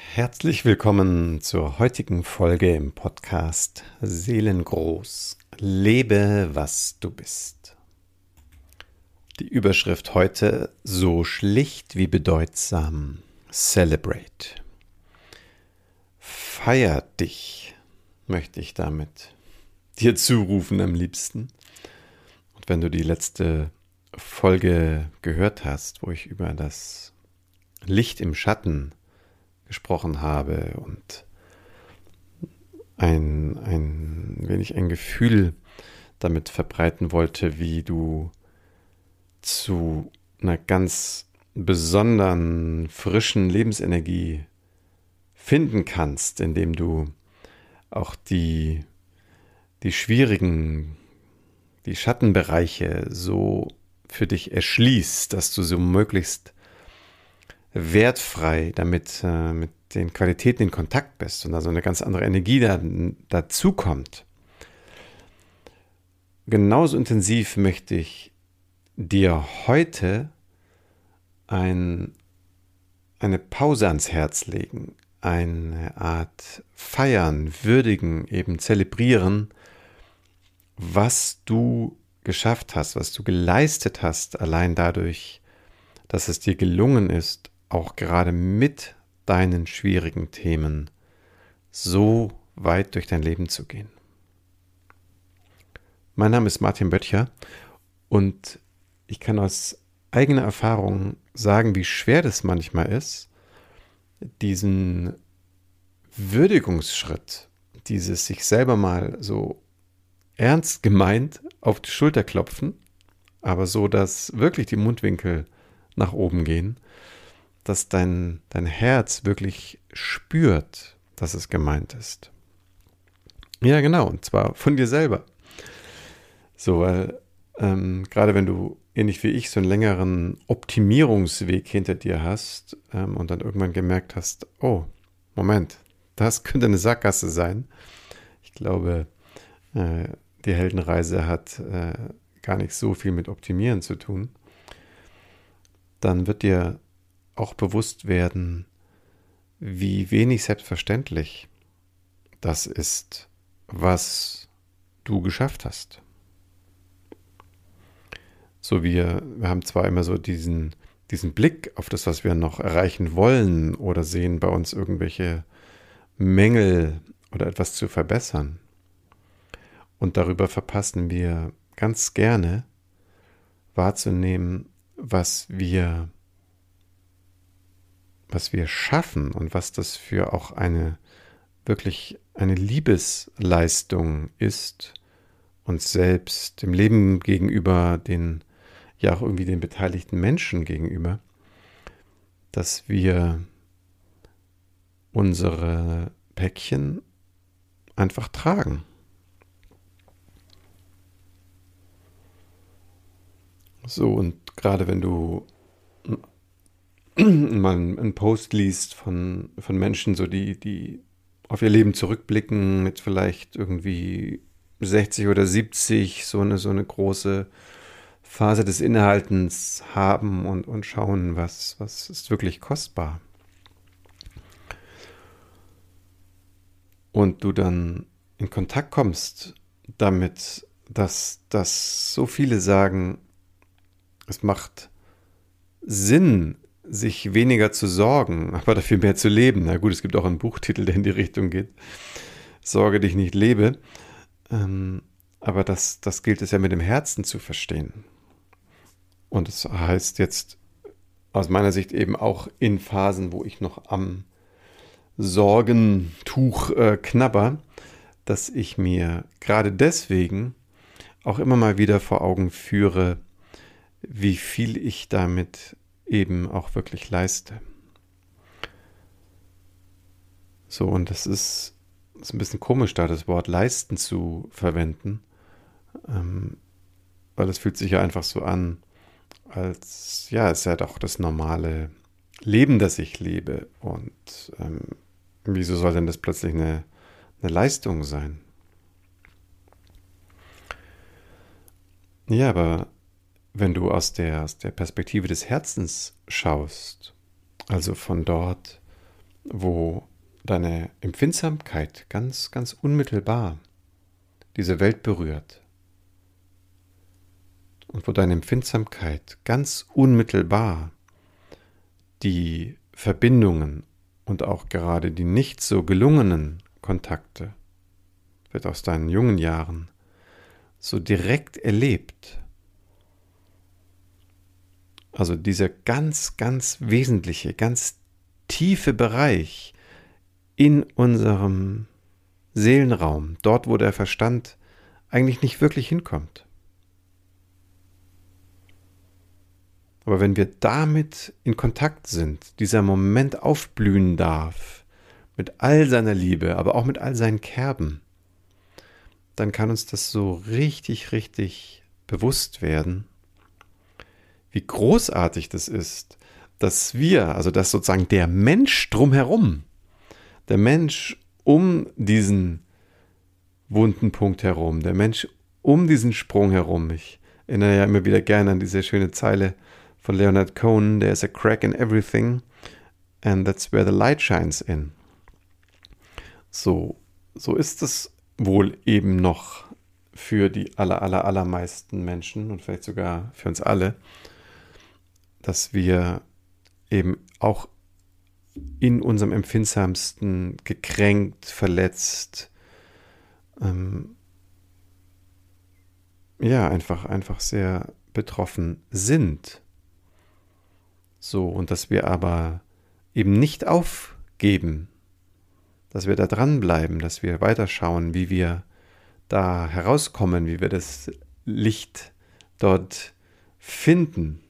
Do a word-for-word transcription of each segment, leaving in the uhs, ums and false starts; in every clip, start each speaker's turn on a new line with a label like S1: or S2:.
S1: Herzlich willkommen zur heutigen Folge im Podcast Seelengroß. Lebe, was du bist. Die Überschrift heute: so schlicht wie bedeutsam. Celebrate. Feier dich, möchte ich damit dir zurufen am liebsten. Und wenn du die letzte Folge gehört hast, wo ich über das Licht im Schatten gesprochen habe und ein, ein wenig ein Gefühl damit verbreiten wollte, wie du zu einer ganz besonderen, frischen Lebensenergie finden kannst, indem du auch die, die schwierigen, die Schattenbereiche so für dich erschließt, dass du so möglichst wertfrei damit äh, mit den Qualitäten in Kontakt bist und also eine ganz andere Energie da, dazu kommt. Genauso intensiv möchte ich dir heute ein, eine Pause ans Herz legen, eine Art feiern, würdigen, eben zelebrieren, was du geschafft hast, was du geleistet hast, allein dadurch, dass es dir gelungen ist, auch gerade mit deinen schwierigen Themen so weit durch dein Leben zu gehen. Mein Name ist Martin Böttcher und ich kann aus eigener Erfahrung sagen, wie schwer das manchmal ist, diesen Würdigungsschritt, dieses sich selber mal so ernst gemeint auf die Schulter klopfen, aber so, dass wirklich die Mundwinkel nach oben gehen, dass dein, dein Herz wirklich spürt, dass es gemeint ist. Ja, genau, und zwar von dir selber. So, weil ähm, gerade wenn du, ähnlich wie ich, so einen längeren Optimierungsweg hinter dir hast ähm, und dann irgendwann gemerkt hast, oh, Moment, das könnte eine Sackgasse sein. Ich glaube, äh, die Heldenreise hat äh, gar nicht so viel mit Optimieren zu tun. Dann wird dir auch bewusst werden, wie wenig selbstverständlich das ist, was du geschafft hast. So wir, wir haben zwar immer so diesen, diesen Blick auf das, was wir noch erreichen wollen oder sehen bei uns irgendwelche Mängel oder etwas zu verbessern. Und darüber verpassen wir ganz gerne wahrzunehmen, was wir was wir schaffen und was das für auch eine wirklich eine Liebesleistung ist, uns selbst, dem Leben gegenüber, den ja auch irgendwie den beteiligten Menschen gegenüber, dass wir unsere Päckchen einfach tragen. So, und gerade wenn du mal einen Post liest von, von Menschen, so die, die auf ihr Leben zurückblicken mit vielleicht irgendwie sechzig oder siebzig, so eine, so eine große Phase des Innehaltens haben und, und schauen, was, was ist wirklich kostbar. Und du dann in Kontakt kommst damit, dass, dass so viele sagen, es macht Sinn, sich weniger zu sorgen, aber dafür mehr zu leben. Na gut, es gibt auch einen Buchtitel, der in die Richtung geht. Sorge dich nicht, lebe. Ähm, aber das, das gilt es ja mit dem Herzen zu verstehen. Und das heißt jetzt aus meiner Sicht eben auch in Phasen, wo ich noch am Sorgentuch äh, knabber, dass ich mir gerade deswegen auch immer mal wieder vor Augen führe, wie viel ich damit eben auch wirklich leiste. So, und das ist, ist ein bisschen komisch, da das Wort leisten zu verwenden, ähm, weil es fühlt sich ja einfach so an, als, ja, es ist ja doch das normale Leben, das ich lebe. Und ähm, wieso soll denn das plötzlich eine, eine Leistung sein? Ja, aber wenn du aus der, aus der Perspektive des Herzens schaust, also von dort, wo deine Empfindsamkeit ganz, ganz unmittelbar diese Welt berührt und wo deine Empfindsamkeit ganz unmittelbar die Verbindungen und auch gerade die nicht so gelungenen Kontakte, wird aus deinen jungen Jahren, so direkt erlebt. Also dieser ganz, ganz wesentliche, ganz tiefe Bereich in unserem Seelenraum, dort wo der Verstand eigentlich nicht wirklich hinkommt. Aber wenn wir damit in Kontakt sind, dieser Moment aufblühen darf, mit all seiner Liebe, aber auch mit all seinen Kerben, dann kann uns das so richtig, richtig bewusst werden, wie großartig das ist, dass wir, also dass sozusagen der Mensch drumherum, der Mensch um diesen wunden Punkt herum, der Mensch um diesen Sprung herum, ich erinnere ja immer wieder gerne an diese schöne Zeile von Leonard Cohen, there's a crack in everything and that's where the light shines in. So, so ist es wohl eben noch für die aller, aller, allermeisten Menschen und vielleicht sogar für uns alle, dass wir eben auch in unserem Empfindsamsten gekränkt, verletzt, ähm, ja, einfach, einfach sehr betroffen sind. So, und dass wir aber eben nicht aufgeben, dass wir da dranbleiben, dass wir weiterschauen, wie wir da herauskommen, wie wir das Licht dort finden.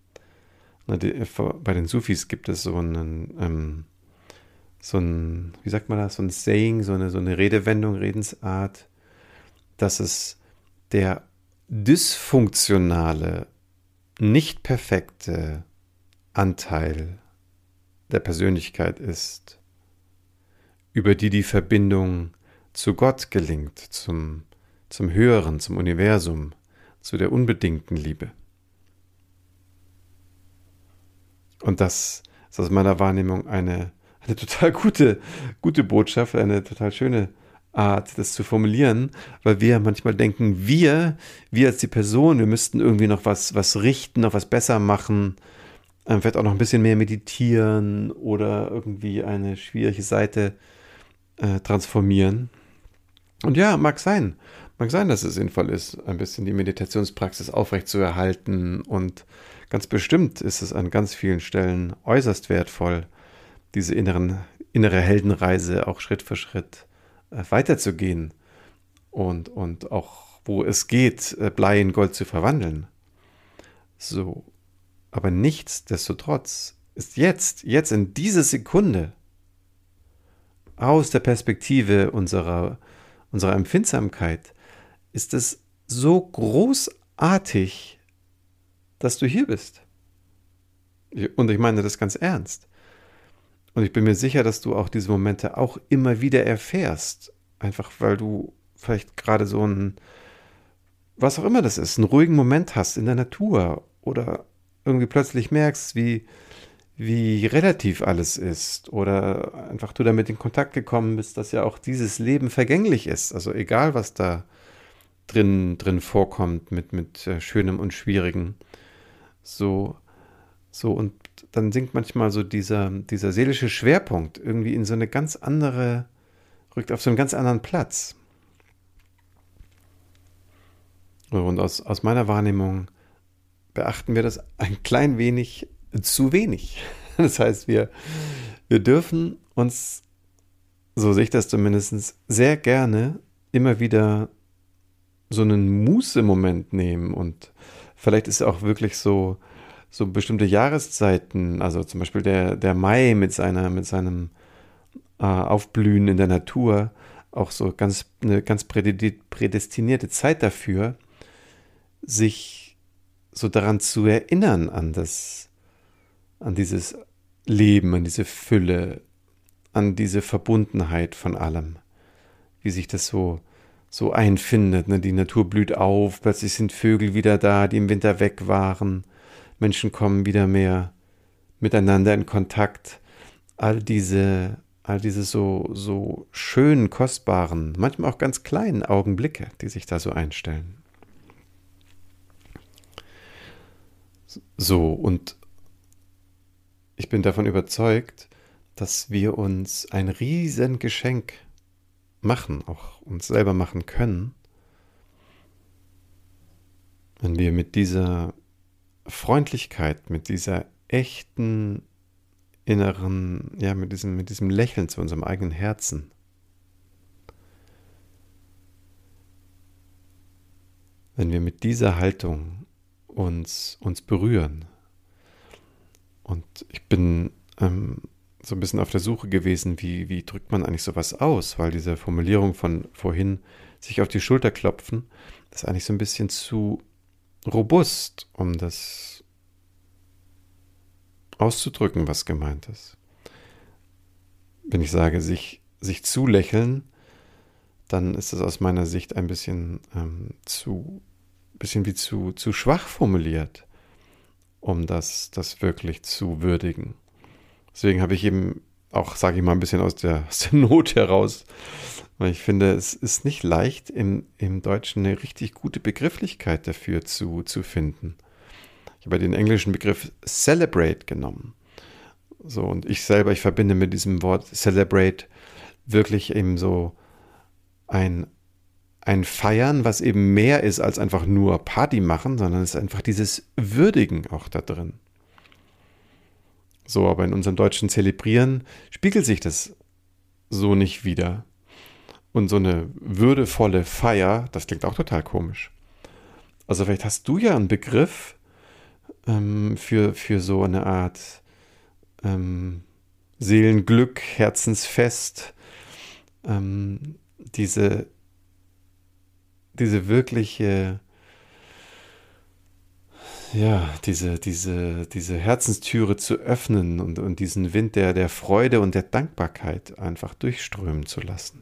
S1: Bei den Sufis gibt es so einen, ähm, so ein, wie sagt man das, so ein Saying, so eine, so eine Redewendung, Redensart, dass es der dysfunktionale, nicht perfekte Anteil der Persönlichkeit ist, über die die Verbindung zu Gott gelingt, zum, zum Höheren, zum Universum, zu der unbedingten Liebe. Und das ist aus meiner Wahrnehmung eine, eine total gute, gute Botschaft, eine total schöne Art, das zu formulieren, weil wir manchmal denken, wir, wir als die Person, wir müssten irgendwie noch was, was richten, noch was besser machen, ähm, vielleicht auch noch ein bisschen mehr meditieren oder irgendwie eine schwierige Seite äh, transformieren. Und ja, mag sein, mag sein, dass es sinnvoll ist, ein bisschen die Meditationspraxis aufrechtzuerhalten und ganz bestimmt ist es an ganz vielen Stellen äußerst wertvoll, diese inneren, innere Heldenreise auch Schritt für Schritt äh, weiterzugehen und, und auch, wo es geht, äh, Blei in Gold zu verwandeln. So, aber nichtsdestotrotz ist jetzt, jetzt in dieser Sekunde aus der Perspektive unserer, unserer Empfindsamkeit, ist es so großartig, dass du hier bist. Und ich meine das ganz ernst. Und ich bin mir sicher, dass du auch diese Momente auch immer wieder erfährst. Einfach weil du vielleicht gerade so einen, was auch immer das ist, einen ruhigen Moment hast in der Natur oder irgendwie plötzlich merkst, wie, wie relativ alles ist oder einfach du damit in Kontakt gekommen bist, dass ja auch dieses Leben vergänglich ist. Also egal, was da drin, drin vorkommt mit, mit äh, Schönem und Schwierigem. So, so und dann sinkt manchmal so dieser, dieser seelische Schwerpunkt irgendwie in so eine ganz andere, rückt auf so einen ganz anderen Platz. Und aus, aus meiner Wahrnehmung beachten wir das ein klein wenig zu wenig. Das heißt, wir, wir dürfen uns, so sehe ich das zumindest, sehr gerne immer wieder so einen Muße-Moment nehmen und vielleicht ist auch wirklich so, so bestimmte Jahreszeiten, also zum Beispiel der, der Mai mit, seiner, mit seinem äh, Aufblühen in der Natur, auch so ganz, eine ganz prädestinierte Zeit dafür, sich so daran zu erinnern, an das, an dieses Leben, an diese Fülle, an diese Verbundenheit von allem, wie sich das so so einfindet. Ne? Die Natur blüht auf, plötzlich sind Vögel wieder da, die im Winter weg waren. Menschen kommen wieder mehr miteinander in Kontakt. all diese, all diese so, so schönen, kostbaren, manchmal auch ganz kleinen Augenblicke, die sich da so einstellen. So, und ich bin davon überzeugt, dass wir uns ein riesen Geschenk machen, auch uns selber machen können, wenn wir mit dieser Freundlichkeit, mit dieser echten inneren, ja, mit diesem, mit diesem Lächeln zu unserem eigenen Herzen, wenn wir mit dieser Haltung uns, uns berühren. Und ich bin ähm, so ein bisschen auf der Suche gewesen, wie, wie drückt man eigentlich sowas aus, weil diese Formulierung von vorhin, sich auf die Schulter klopfen, das ist eigentlich so ein bisschen zu robust, um das auszudrücken, was gemeint ist. Wenn ich sage, sich, sich zulächeln, dann ist das aus meiner Sicht ein bisschen ähm, zu, bisschen wie zu, zu schwach formuliert, um das, das wirklich zu würdigen. Deswegen habe ich eben auch, sage ich mal, ein bisschen aus der, aus der Not heraus, weil ich finde, es ist nicht leicht, im, im Deutschen eine richtig gute Begrifflichkeit dafür zu, zu finden. Ich habe den englischen Begriff celebrate genommen. So, und ich selber, ich verbinde mit diesem Wort celebrate wirklich eben so ein, ein Feiern, was eben mehr ist als einfach nur Party machen, sondern es ist einfach dieses Würdigen auch da drin. So, aber in unserem deutschen Zelebrieren spiegelt sich das so nicht wider. Und so eine würdevolle Feier, das klingt auch total komisch. Also vielleicht hast du ja einen Begriff ähm, für, für so eine Art ähm, Seelenglück, Herzensfest, ähm, diese, diese wirkliche, ja, diese, diese, diese Herzenstüre zu öffnen und, und diesen Wind der, der Freude und der Dankbarkeit einfach durchströmen zu lassen.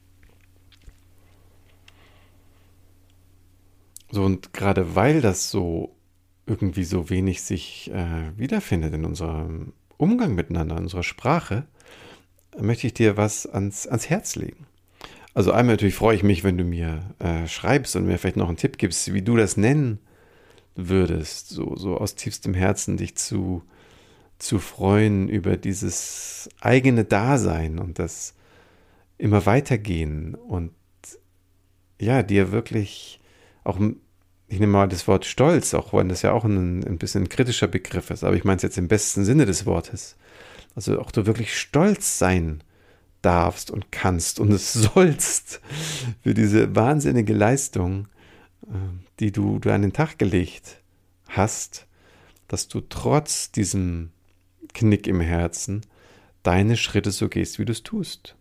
S1: So, und gerade weil das so irgendwie so wenig sich äh, wiederfindet in unserem Umgang miteinander, in unserer Sprache, möchte ich dir was ans, ans Herz legen. Also einmal natürlich freue ich mich, wenn du mir äh, schreibst und mir vielleicht noch einen Tipp gibst, wie du das nennen würdest, so, so aus tiefstem Herzen dich zu, zu freuen über dieses eigene Dasein und das immer weitergehen und ja, dir wirklich auch, ich nehme mal das Wort Stolz, auch wenn das ja auch ein, ein bisschen ein kritischer Begriff ist, aber ich meine es jetzt im besten Sinne des Wortes. Also auch du wirklich stolz sein darfst und kannst und es sollst für diese wahnsinnige Leistung, die du, du an den Tag gelegt hast, dass du trotz diesem Knick im Herzen deine Schritte so gehst, wie du es tust.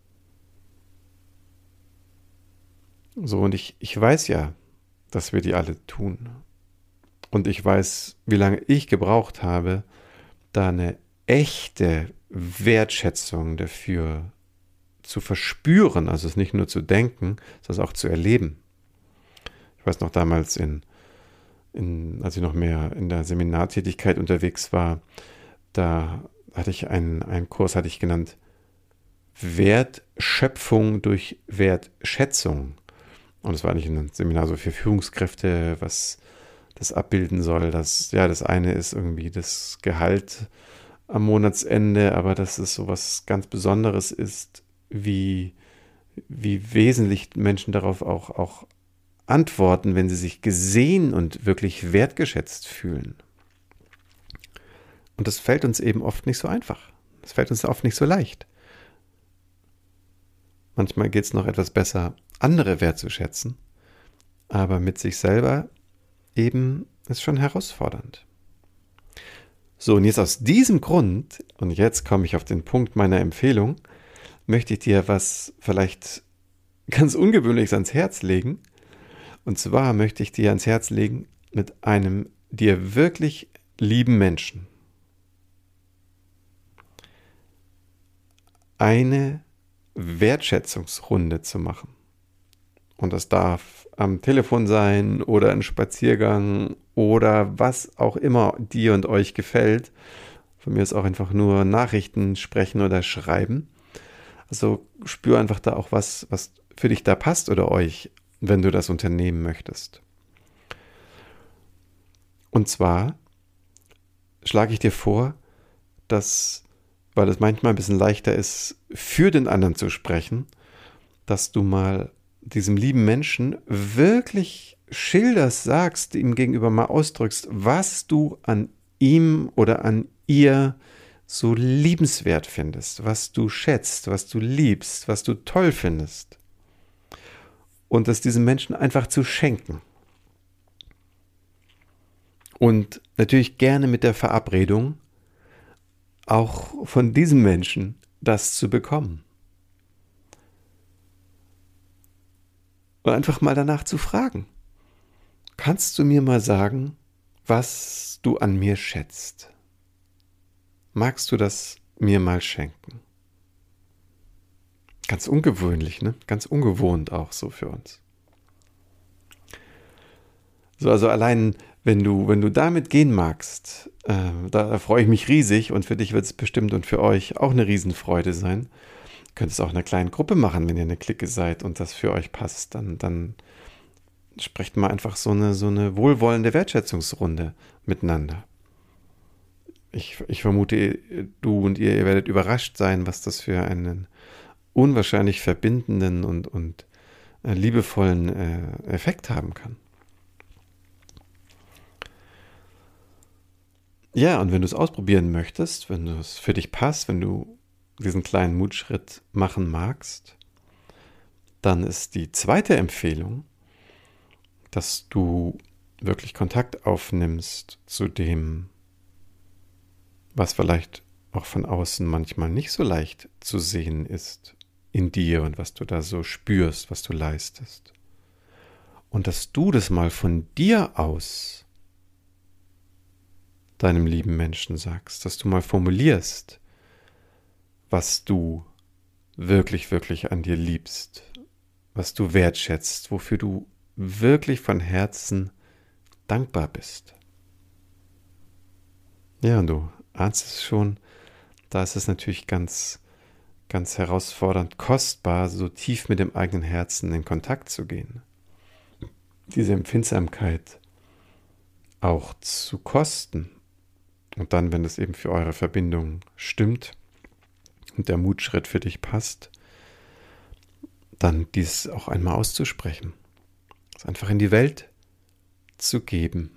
S1: So, und ich, ich weiß ja, dass wir die alle tun. Und ich weiß, wie lange ich gebraucht habe, da eine echte Wertschätzung dafür zu verspüren, also es nicht nur zu denken, sondern auch zu erleben. Ich weiß noch damals, in, in, als ich noch mehr in der Seminartätigkeit unterwegs war, da hatte ich einen, einen Kurs, hatte ich genannt, Wertschöpfung durch Wertschätzung. Und es war nicht ein Seminar so für Führungskräfte, was das abbilden soll. Das, ja, das eine ist irgendwie das Gehalt am Monatsende, aber dass es so was ganz Besonderes ist, wie, wie wesentlich Menschen darauf auch, auch antworten, wenn sie sich gesehen und wirklich wertgeschätzt fühlen. Und das fällt uns eben oft nicht so einfach. Das fällt uns oft nicht so leicht. Manchmal geht es noch etwas besser, andere wertzuschätzen, aber mit sich selber eben ist schon herausfordernd. So, und jetzt aus diesem Grund, und jetzt komme ich auf den Punkt meiner Empfehlung, möchte ich dir was vielleicht ganz Ungewöhnliches ans Herz legen. Und zwar möchte ich dir ans Herz legen, mit einem dir wirklich lieben Menschen eine Wertschätzungsrunde zu machen. Und das darf am Telefon sein oder ein Spaziergang oder was auch immer dir und euch gefällt. Von mir ist auch einfach nur Nachrichten sprechen oder schreiben. Also spür einfach da auch was, was für dich da passt oder euch, wenn du das unternehmen möchtest. Und zwar schlage ich dir vor, dass, weil es manchmal ein bisschen leichter ist, für den anderen zu sprechen, dass du mal diesem lieben Menschen wirklich schilderst, sagst, ihm gegenüber mal ausdrückst, was du an ihm oder an ihr so liebenswert findest, was du schätzt, was du liebst, was du toll findest. Und das diesem Menschen einfach zu schenken. Und natürlich gerne mit der Verabredung, auch von diesem Menschen das zu bekommen. Und einfach mal danach zu fragen. Kannst du mir mal sagen, was du an mir schätzt? Magst du das mir mal schenken? Ganz ungewöhnlich, ne? Ganz ungewohnt auch so für uns. So, also allein, wenn du, wenn du damit gehen magst, äh, da, da freue ich mich riesig und für dich wird es bestimmt und für euch auch eine Riesenfreude sein. Ihr könnt es auch in einer kleinen Gruppe machen, wenn ihr eine Clique seid und das für euch passt. Dann, dann sprecht mal einfach so eine, so eine wohlwollende Wertschätzungsrunde miteinander. Ich, ich vermute, du und ihr, ihr werdet überrascht sein, was das für einen unwahrscheinlich verbindenden und, und äh, liebevollen äh, Effekt haben kann. Ja, und wenn du es ausprobieren möchtest, wenn es für dich passt, wenn du diesen kleinen Mutschritt machen magst, dann ist die zweite Empfehlung, dass du wirklich Kontakt aufnimmst zu dem, was vielleicht auch von außen manchmal nicht so leicht zu sehen ist in dir und was du da so spürst, was du leistest. Und dass du das mal von dir aus deinem lieben Menschen sagst, dass du mal formulierst, was du wirklich, wirklich an dir liebst, was du wertschätzt, wofür du wirklich von Herzen dankbar bist. Ja, und du ahnst es schon, da ist es natürlich ganz, ganz herausfordernd, kostbar, so tief mit dem eigenen Herzen in Kontakt zu gehen. Diese Empfindsamkeit auch zu kosten. Und dann, wenn es eben für eure Verbindung stimmt und der Mutschritt für dich passt, dann dies auch einmal auszusprechen. Es einfach in die Welt zu geben.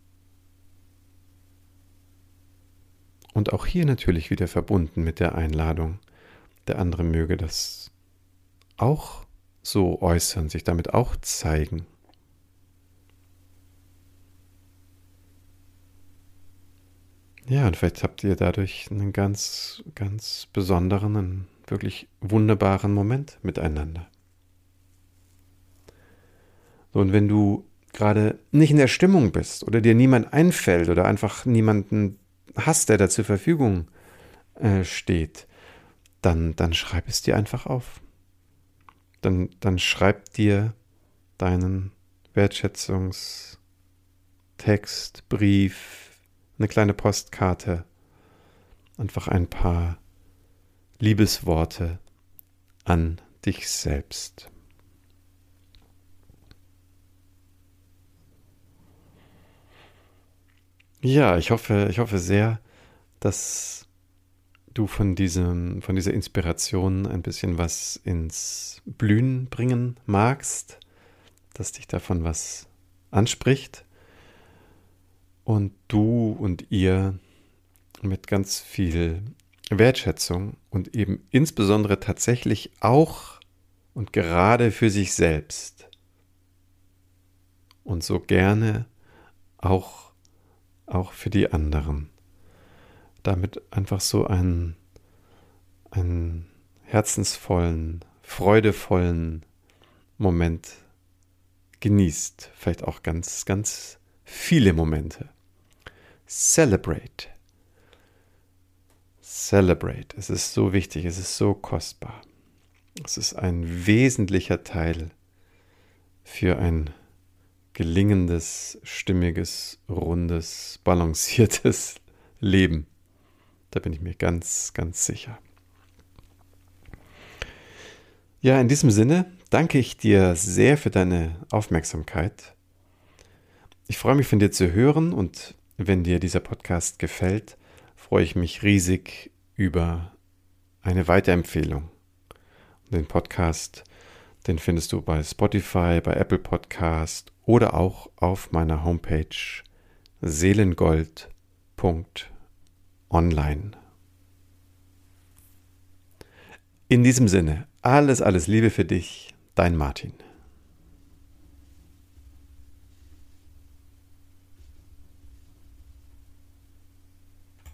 S1: Und auch hier natürlich wieder verbunden mit der Einladung, der andere möge das auch so äußern, sich damit auch zeigen. Ja, und vielleicht habt ihr dadurch einen ganz, ganz besonderen, einen wirklich wunderbaren Moment miteinander. So, und wenn du gerade nicht in der Stimmung bist oder dir niemand einfällt oder einfach niemanden hast, der da zur Verfügung äh, steht, dann, dann schreib es dir einfach auf. Dann, dann schreib dir deinen Wertschätzungstext, Brief, eine kleine Postkarte, einfach ein paar Liebesworte an dich selbst. Ja, ich hoffe, ich hoffe sehr, dass du von diesem, von dieser Inspiration ein bisschen was ins Blühen bringen magst, dass dich davon was anspricht und du und ihr mit ganz viel Wertschätzung und eben insbesondere tatsächlich auch und gerade für sich selbst und so gerne auch, auch für die anderen, damit einfach so einen, einen herzensvollen, freudevollen Moment genießt. Vielleicht auch ganz, ganz viele Momente. Celebrate. Celebrate. Es ist so wichtig, es ist so kostbar. Es ist ein wesentlicher Teil für ein gelingendes, stimmiges, rundes, balanciertes Leben. Da bin ich mir ganz, ganz sicher. Ja, in diesem Sinne danke ich dir sehr für deine Aufmerksamkeit. Ich freue mich von dir zu hören und wenn dir dieser Podcast gefällt, freue ich mich riesig über eine Weiterempfehlung. Den Podcast, den findest du bei Spotify, bei Apple Podcast oder auch auf meiner Homepage seelengold punkt online. In diesem Sinne, alles, alles Liebe für dich, dein Martin.